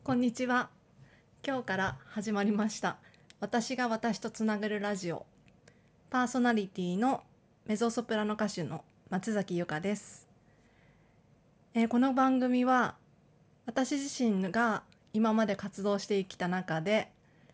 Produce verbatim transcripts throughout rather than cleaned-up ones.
こんにちは。今日から始まりました私が私とつながるラジオ、パーソナリティのメゾソプラノ歌手の松崎由香です。えーこの番組は私自身が今まで活動してきた中で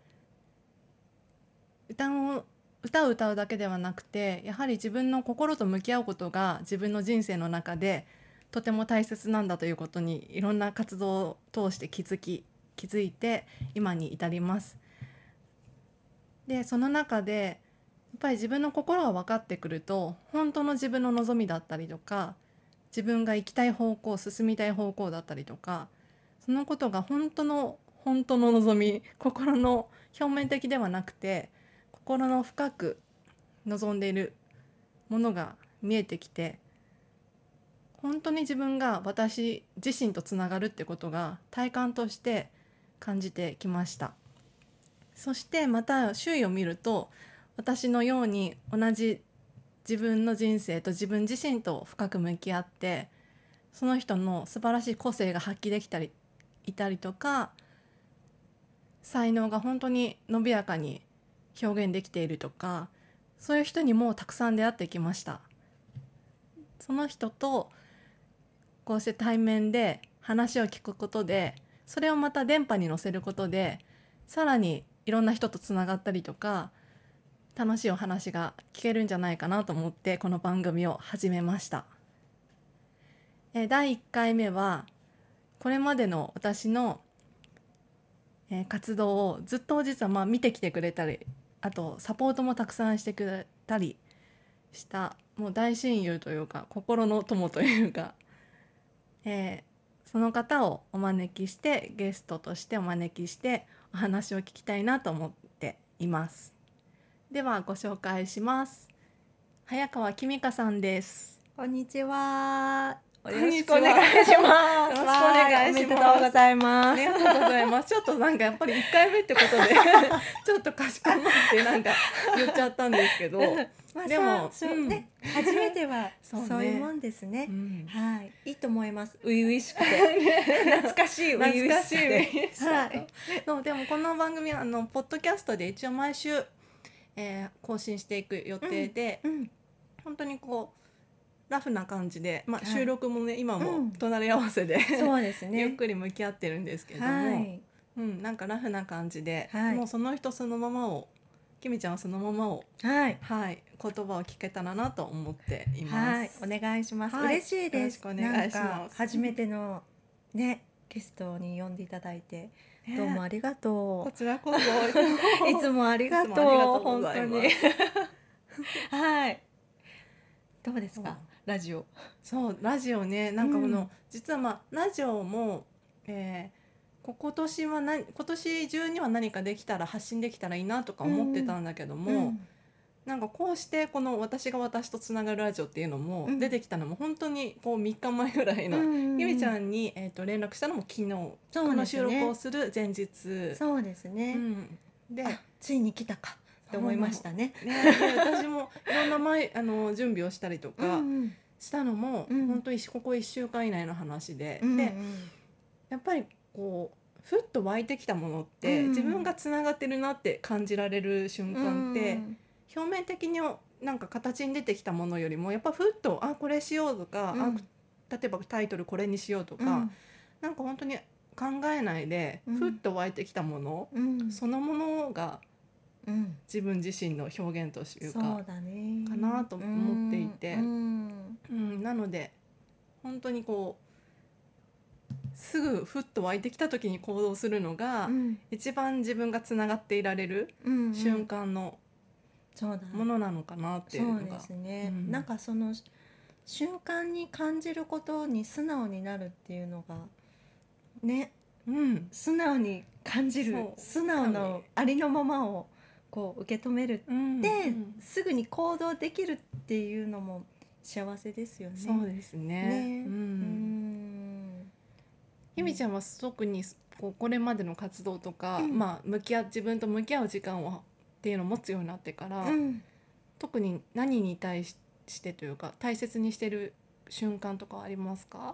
歌を歌を歌うだけではなくて、やはり自分の心と向き合うことが自分の人生の中でとても大切なんだということに、いろんな活動を通して気づき気づいて今に至ります。でその中でやっぱり自分の心が分かってくると、本当の自分の望みだったりとか、自分が行きたい方向、進みたい方向だったりとか、そのことが本当の本当の望み、心の表面的ではなくて心の深く望んでいるものが見えてきて、本当に自分が私自身とつながるってことが体感として感じてきました。そしてまた周囲を見ると、私のように同じ自分の人生と自分自身と深く向き合って、その人の素晴らしい個性が発揮できたりいたりとか、才能が本当に伸びやかに表現できているとか、そういう人にもたくさん出会ってきました。その人とこうして対面で話を聞くことで、それをまた電波に乗せることで、さらにいろんな人とつながったりとか、楽しいお話が聞けるんじゃないかなと思ってこの番組を始めました。えだいいっかいめはこれまでの私のえ活動をずっと実はまあ見てきてくれたり、あとサポートもたくさんしてくれたりしたもう大親友というか心の友というか、えーその方をお招きして、ゲストとしてお招きしてお話を聞きたいなと思っています。ではご紹介します。早川きみかさんです。 こんにちは。 こよんにちはろしくお願いします。 よろしくお願いします。 おめでとうございまあす。 りがとうございます。ちょっとなんかやっぱりいっかいめってことでちょっとかしこまってなんか言っちゃったんですけどまあ、 でもそうそううんね、初めてはそねそうういうもんですね。 うんはい、いいと思います。初々しくて、懐かしい初々し懐かしいさで。 ははいい。 そうでもこの番組はあのポッドキャストで一応毎週、えー更新していく予定で、 うん、 本当にこうラフな感じで、まあ、 はい収録もね今もうん隣り合わせで、 そうですね。 ゆっくり向き合ってるんですけども、 はい。 うん、なんかラフな感じで、 はいもうその人そのままを、きみちゃんはそのままを、 はい。 はい、言葉を聞けたらなと思っています。 はい、お願いします。 はい嬉しいです。 よろしくお願いしますなんか初めてのね、ゲストに呼んでいただいて、 ねどうもありがとう。 こちらこそいつもありがとう。 いつもありがとうご本当ざいます。 に。はい。どうですそうか、ラジオ。 そうラジオね、なんかこの、 うん実はまあラジオも、えーこ今年は何今年中には何かできたら発信できたらいいなとか思ってたんだけども、 うんなんかこうしてこの私が私とつながるラジオっていうのもうん出てきたのも本当にこうみっかまえぐらいの、 うんゆみちゃんに、えー、と連絡したのも昨日、 そうですねこの収録をする前日、 そうですね。 うん、で、 あ、ついに来たかって思いましたね。 ね、で私もいろんな前あの準備をしたりとうかんしたのも、 うん本当にここいっしゅうかん以内の話で、 うんでやっぱりこうふっと湧いてきたものって、 うん自分がつながってるなって感じられる瞬間って、表面的になんか形に出てきたものよりもやっぱふっとあこれしようとか、 うんあ例えばタイトルこれにしようとか、 うんなんか本当に考えないで、 うんふっと湧いてきたもの、 うんそのものがうん自分自身の表現というそかうだねかなと思っていて、 うんうん、なので本当にこうすぐふっと湧いてきた時に行動するのが、 うん一番自分がつながっていられるうんうん瞬間のそうだものなのかなっていうのが、 そうですね、 うんなんかその瞬間に感じることに素直になるっていうのがね、 うん素直に感じるそう素直なありのままをこう受け止めるうんで、 うんすぐに行動できるっていうのも幸せですよね。 そうですね。 ね、 ううんんひみちゃんは特にこうこれまでの活動とか、 うんまあ向き合う自分と向き合う時間をっていうのを持つようになってから、 うん特に何に対してというか大切にしてる瞬間とかありますか？ う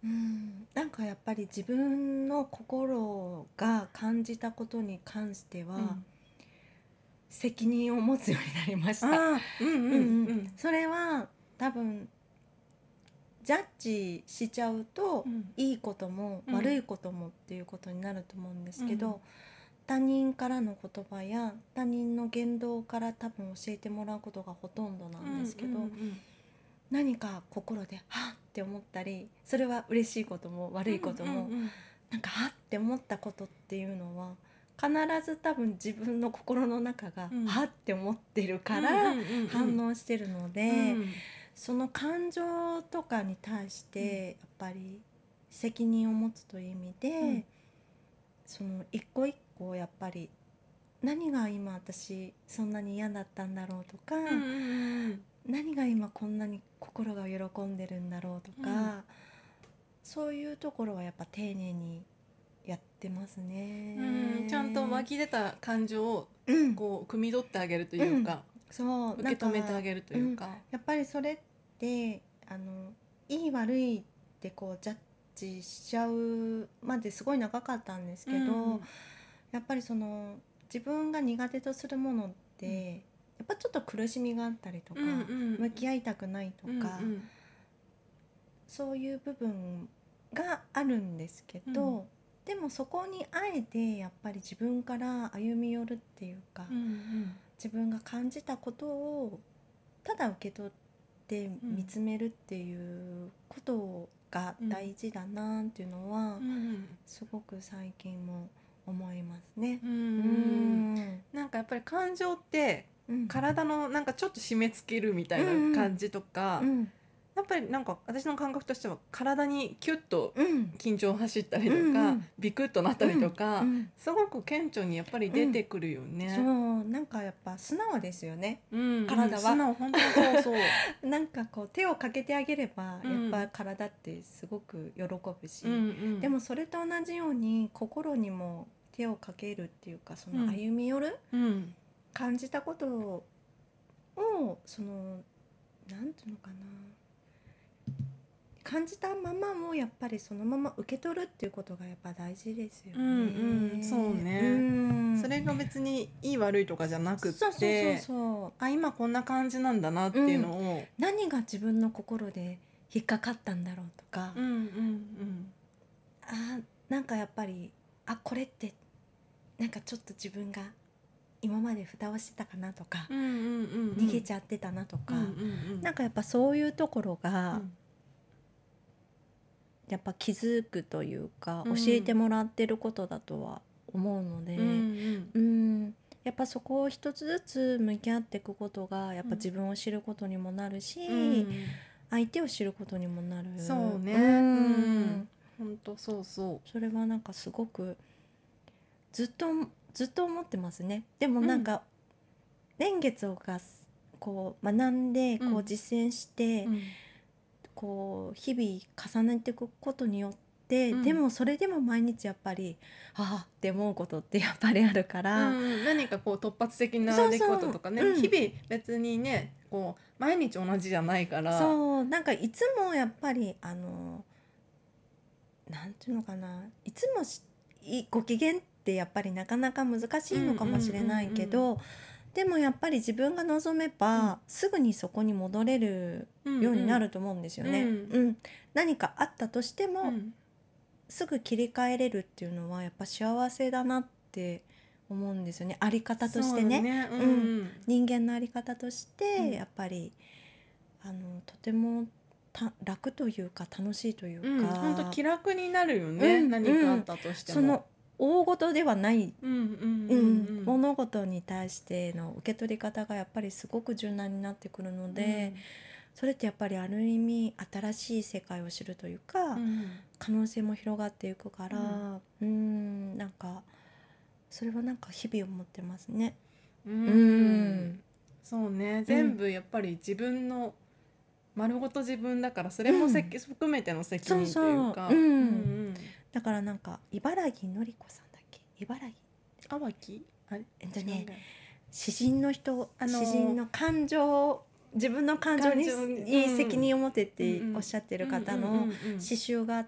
うんなんかやっぱり自分の心が感じたことに関しては、 うん責任を持つようになりました。 ああうんうんうんううんんそれは多分ジャッジしちゃうと、 うんいいこともうん悪いこともっていうことになると思うんですけど、 うん他人からの言葉や他人の言動から多分教えてもらうことがほとんどなんですけど、 うんうん何か心ではっって思ったり、それは嬉しいことも悪いことも、 うんうんなんかはっって思ったことっていうのは必ず多分自分の心の中がうんはって思ってるかうんらうんうんうん反応してるので、 うんその感情とかに対してやっぱり責任を持つという意味で、 うんその一個一個やっぱり何が今私そんなに嫌だったんだろうとか、 うんうんうん何が今こんなに心が喜んでるんだろうとか、 うんそういうところはやっぱ丁寧にやってますね。 うんちゃんと湧き出た感情をうんこう汲み取ってあげるというか、 そう受け止めてあげるというか、 なんかうんやっぱりそれってあのいい悪いってこうジャッジしちゃうまですごい長かったんですけど、 うんやっぱりその自分が苦手とするものって、 うんやっぱちょっと苦しみがあったりとか、 うんうん向き合いたくないとか、 うんそういう部分があるんですけど、 うんでもそこにあえてやっぱり自分から歩み寄るっていうか、 うんうん自分が感じたことをただ受け取って見つめるっていうことが大事だなっていうのは、 うんすごく最近も思いますね。 うんううんんなんかやっぱり感情ってうん体のなんかちょっと締め付けるみたいな感じとか、 うんやっぱりなんか私の感覚としては体にキュッとうん緊張走ったりとか、 うんうんビクッとなったりとか、 うんすごく顕著にやっぱり出てくるよね。 そうなんかやっぱ素直ですよね。 うんうん体は素直本当にそうそう。 なんかこう手をかけてあげればうんやっぱ体ってすごく喜ぶし、 うんうんでもそれと同じように心にも手をかけるっていうか、その歩み寄る、 うん感じたことをそのなんていうのかな、感じたままもやっぱりそのまま受け取るっていうことがやっぱ大事ですよね。 うんうんそうねうんそれが別にいい悪いとかじゃなくってそうそうそうそう、 あ今こんな感じなんだなっていうのを、 何が自分の心で引っかかったんだろうとか、 うんうんうんあなんかやっぱりあこれってなんかちょっと自分が今まで蓋をしてたかなとか、 うんうんうんうん逃げちゃってたなとか、 うんうんうんなんかやっぱそういうところが、 うんやっぱ気づくというか、 うん教えてもらってることだとは思うので、 うんうんうんやっぱそこを一つずつ向き合っていくことがやっぱ自分を知ることにもなるし、 うん相手を知ることにもなる。 そうねうんうん本当そうそそれはなんかすごくずっとずっと思ってますね。でもなんか、年月をがこう学んでこううん実践して、 うんこう日々重ねていくことによって、 うんでもそれでも毎日やっぱりああって思うことってやっぱりあるから、 うん、何かこう突発的なそうそう出来事とかねうん日々別にねこう毎日同じじゃないからそうなんかいつもやっぱりあのなんていうのかないつもしいご機嫌ってやっぱりなかなか難しいのかもしれないけど、 うんうんでもやっぱり自分が望めば、 うんすぐにそこに戻れるようになると思うんですよね。 うんうん何かあったとしても、 うんすぐ切り替えれるっていうのはやっぱ幸せだなって思うんですよね。あり方としてね。 そううんうん人間のあり方としうんてやっぱり、あのとてもた楽というか楽しいといううん、 か、 本当気楽になるよね、 うん何かあったとしても。 その大事ではない、 うんうんううんんうん、 物事に対しての受け取り方がやっぱりすごく柔軟になってくるので、それってやっぱりある意味新しい世界を知るというか、 うん可能性も広がっていくから、うん、うんなんかそれはなんか日々思ってますね。 うんうんそうね全部やっぱり自分の丸ごと自分だからそれもせ、 うん含めての責任というかそうそううんうんだからなんか茨城のり子さんだっけ、茨城淡木あれえっとね違う詩人の人、 あのー詩人の感情自分の感情に感情にいい責任を持てってうんおっしゃってる方うんうんのうんうん刺繍があって、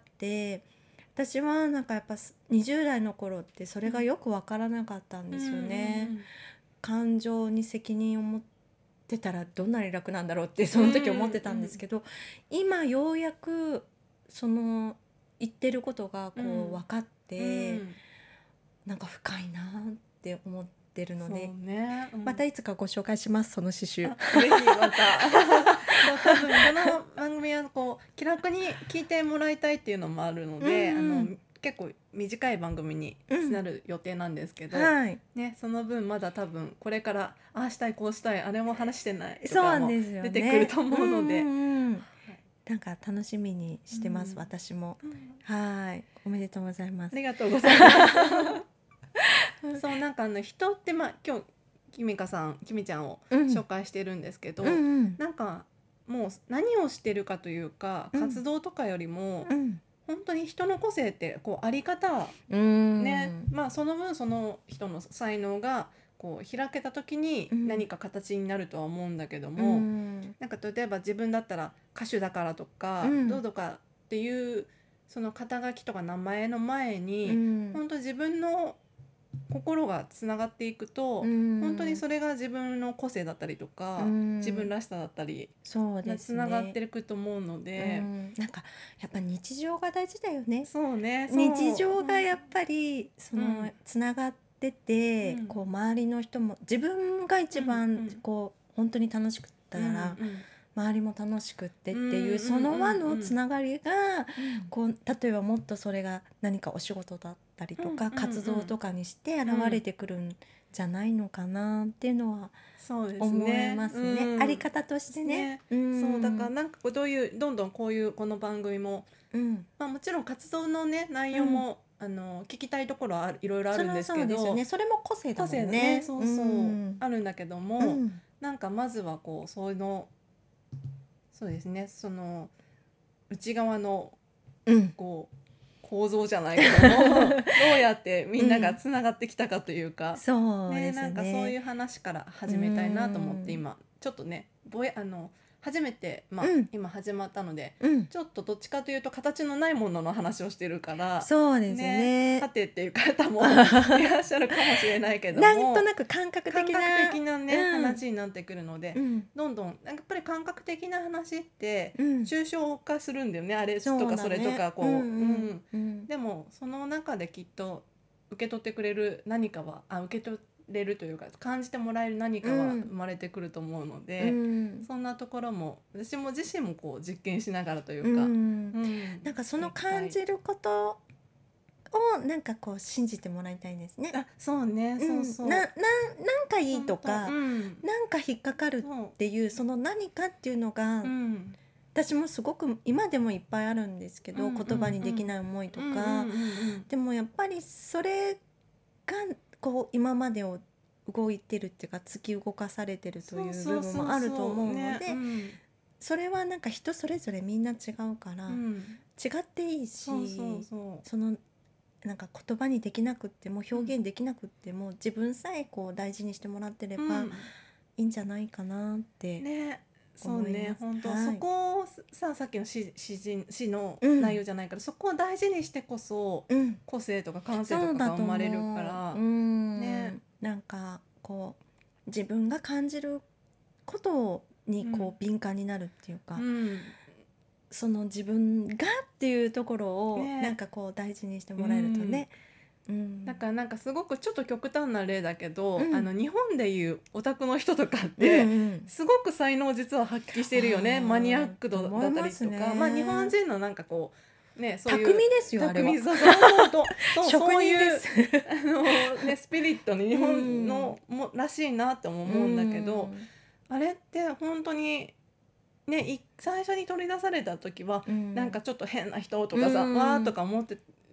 私はなんかやっぱにじゅう代の頃ってそれがよくわからなかったんですよね。感情に責任を持ってたらどんなに楽なんだろうってその時思ってたんですけど、今ようやくその言ってることがこうんう分かっうんて、 うんなんか深いなって思ってるので、 そうね、うんまたいつかご紹介します、その刺繍。 あぜひまたそう多分この番組はこう気楽に聞いてもらいたいっていうのもあるので、 うんうんあの結構短い番組になる予定なんですけど、 はい、 ね、その分まだ多分これからああしたいこうしたいあれも話してないとそうかもなんですよね。 出てくると思うので、 うんうんうん、 はいなんか楽しみにしてます、 うん私も。 うんはい、おめでとうございます。 ありがとうございますそうなんかあの人ってまあ今日きみかさんきみちゃんをうん紹介してるんですけど、 うんうんなんかもう何をしてるかというかうん活動とかよりも、 うん本当に人の個性ってこうあり方うんね、まあその分その人の才能がこう開けた時にうん何か形になるとは思うんだけどうも、 んなんか例えば自分だったら歌手だからとか、 うんどうとかっていうその肩書きとか名前の前に、 うん本当自分の心がつながっていくと、 うん本当にそれが自分の個性だったりとか、 うん自分らしさだったりそうですね。 つながっていくと思うので、 うんなんかやっぱ日常が大事だよね。 そうね、そう日常がやっぱりその、 うんつながってて、 うんこう周りの人も自分が一うんう番んこう本当に楽しくったら、 うんうん周りも楽しくってっていう、 うんうんうんうんその輪のつながりがうんこう例えばもっとそれが何かお仕事だったりとか、 うんうんうん活動とかにして現れてくるんじゃないのかなっていうのはそうです思ね。 いますね。 うんあり方としてね。 ねんそうだからなんかこうどういうどんどんこういうこの番組も、 うんまあ、もちろん活動のね内容も、あの聞きたいところはあるいろいろあるんですけど、 それはそうですよね。それも個性だ個性もんね。 ねそうそう、 んあるんだけども、 うんなんかまずはこうそのそうですねその内側のうんこう構造じゃないけどもどうやってみんながつながってきたかというか、ね、 そうですね。 なんかそういう話から始めたいなと思っうんて今ちょっとねぼやあの初めて、まあうん今始まったのでうん、 ちょっとどっちかというと形のないものの話をしてるからそうですね。 はてっていう方もいらっしゃるかもしれないけどもなんとなく感覚感的な覚的なね、 うん話になってくるので、 うんどんどんやっぱり感覚的な話ってうん、 抽象化するんだよね、あれそうだねとかそれとかこう、 うんううんんうんでもその中できっと受け取ってくれる何かはあ受け取れるというか感じてもらえる何かはうん生まれてくると思うのうで、 んそんなところも私も自身もこう実験しながらといううか、 んうんなんかその感じることをなんかこう信じてもらいたいですね。 あそうね、そうそううん、なななんかいいとか、 うんなんか引っかかるそうっていうその何かっていうのが、 うん私もすごく今でもいっぱいあるんですけど、 うんうんうん言葉にできない思いとか、 うんうんうんうんでもやっぱりそれがこう今までを動いてるっていうか突き動かされてるという部分もあると思うので、 ねうんそれはなんか人それぞれみんな違うから、 うん違っていいし、 そうそうそそのなんか言葉にできなくっても表現できなくっても、自分さえこう大事にしてもらってれう、 ばうんいいんじゃないかなって、 ねそう思いねます本当、 はいそこをささっきの詩詩人詩のうん内容じゃないから、そこを大事にしてこそうん、 個性とか感性とかそうだと思う。 が生まれるからうん、 ねなんかこう自分が感じることにこう、 うん敏感になるっていうか、 うんその自分がっていうところをねなんかこう大事にしてもらえるとね、うんだからなんかすごくちょっと極端な例だけど、 うんあの日本でいうオタクの人とかっうんて、 うんすごく才能を実は発揮してるよね、 あーマニアック度だったりとか、 思いますねまあ日本人のなんかこうねそういう巧みですよあれは。 匠そうそうそうそう職そういう人です。 あの、ね、スピリットに日本のもらしいなって思うんだけど、あれって本当にねい最初に取り出された時は、 うん、 なんかちょっと変な人とかさ、 うんわーとか思って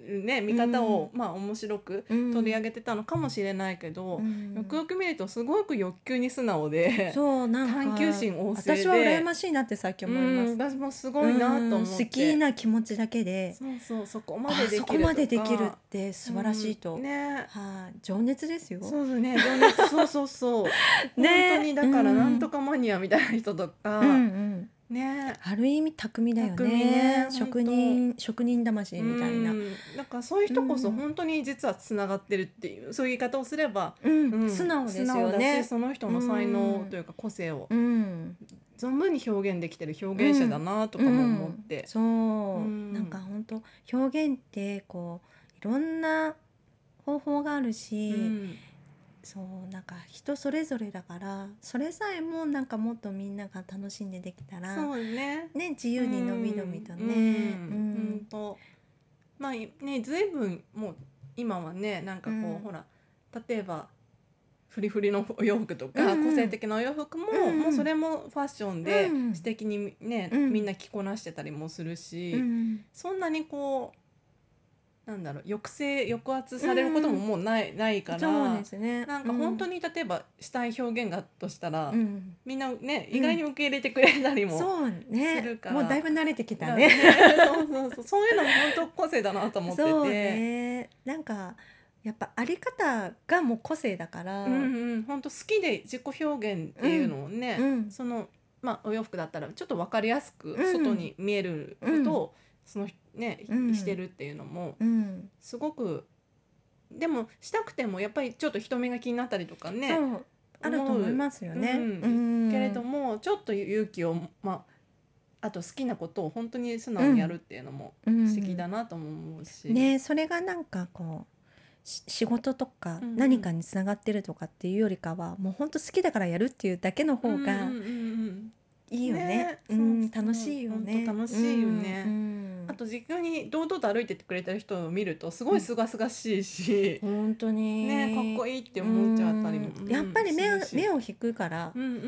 ね、見方を、まあ面白く取り上げてたのかもしれないけど、 うん、 よくよく見るとすごく欲求に素直で、 そうなんか探求心旺盛で、 私は羨ましいなってさっき思います、 うん、私もすごいなと思って、 うん、好きな気持ちだけでそうそうそこまでできるとか、 あそこまでできるって素晴らしいと、 うん、ね、 はあ、情熱ですよ。 そうそうね、情熱そうそうそうね、 本当にだからなんとかマニアみたいな人とか、 うんうんね、 ある意味巧みだよね、 巧みね、 職人職人魂みたいな、 うん、だからそういう人こそ本当に実はつながってるっていう、そういう言い方をすれば、 うんうん、 素直ですよね、 素直だし、その人の才能というか個性をうん存分に表現できてる表現者だなとかも思って、 うんうん、そう、うん、なんか本当表現ってこういろんな方法があるし、うん、そうなんか人それぞれだから、それさえもなんかもっとみんなが楽しんでできたら、 そうね、 ね、自由にのびのびとね、うんうんうん、とまあね、随分もう今はね、なんかこう、うん、ほら例えばフリフリのお洋服とか、うん、個性的なお洋服も、うん、もうそれもファッションで素敵にね、うん、みんな着こなしてたりもするし、うん、そんなにこうなんだろう、抑制抑圧されることももうない、うん、ないから、 そうですね、 なんか本当に例えばしたい表現がとしたら、うん、みんなね意外に受け入れてくれたりもするから、 うん、そうね、もうだいぶ慣れてきたね、 そうそうそう、そういうのも本当個性だなと思ってて、 そうね、なんかやっぱあり方がもう個性だから、 うんうん、本当好きで自己表現っていうのをね、うん、そのまあお洋服だったらちょっと分かりやすく外に見えることを、うん、そのね、うん、してるっていうのもすごく、でもしたくてもやっぱりちょっと人目が気になったりとかね、 そうあると思いますよね、 うんうん、けれどもちょっと勇気を、まあ、あと好きなことを本当に素直にやるっていうのも不思議だなとも思うし、 うんうん、ね、それがなんかこう仕事とか何かにつながってるとかっていうよりかは、うんうん、もう本当好きだからやるっていうだけの方がいいよね、ね、うん、楽しいよね、 本当楽しいよね、うんうん、あと実家に堂々と歩いてってくれてる人を見るとすごいすがすがしいし、うん、 本当にね、かっこいいって思っちゃったりも、 うん、やっぱり 目, 目を引くから、 うんうんうん、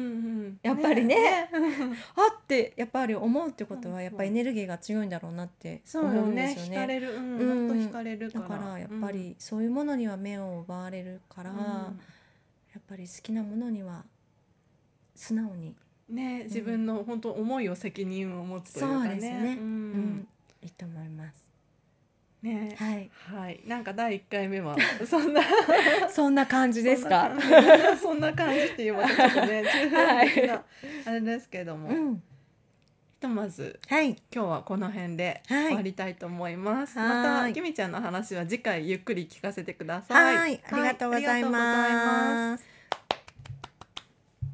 やっぱり ね, ねあってやっぱり思うってことはやっぱりエネルギーが強いんだろうなって思うんですよね。 そうよね、惹かれる、うん、本当惹かれるから、 だからやっぱりそういうものには目を奪われるから、うん、やっぱり好きなものには素直にね、自分の本当思いを責任を持つというかね、そうですね、うんうん、 いいと思いますね、 はい、 はい、なんかだいいっかいめはそんなそんな感じですか。 そんな感じっていうまたちょっとね中間的なあれですけども、うん、ひとまず、はい、今日はこの辺で終わりたいと思います、はい、またきみちゃんの話は次回ゆっくり聞かせてください。 はい、ありがとうございます。